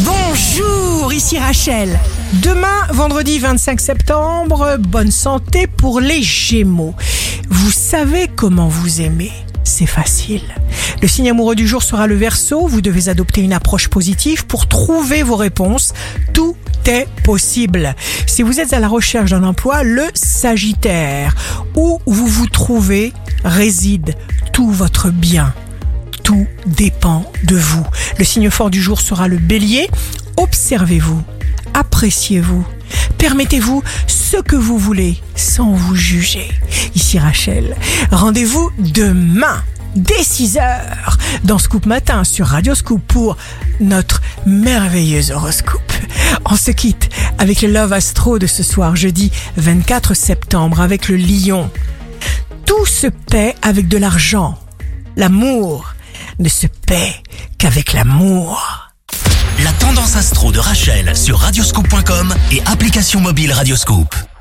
Bonjour, ici Rachel. Demain, vendredi 25 septembre, bonne santé pour les Gémeaux. Vous savez comment vous aimez. C'est facile. Le signe amoureux du jour sera le Verseau. Vous devez adopter une approche positive pour trouver vos réponses. Tout est possible. Si vous êtes à la recherche d'un emploi, le Sagittaire. Où vous vous trouvez réside tout votre bien. Tout dépend de vous. Le signe fort du jour sera le Bélier. Observez-vous, appréciez-vous, permettez-vous ce que vous voulez sans vous juger. Ici Rachel, rendez-vous demain dès 6h dans Scoop Matin sur Radio Scoop pour notre merveilleux horoscope. On se quitte avec le Love Astro de ce soir, jeudi 24 septembre, avec le Lion. Tout se paie avec de l'argent. L'amour ne se paie qu'avec l'amour. La tendance astro de Rachel sur radioscoop.com et application mobile Radioscoop.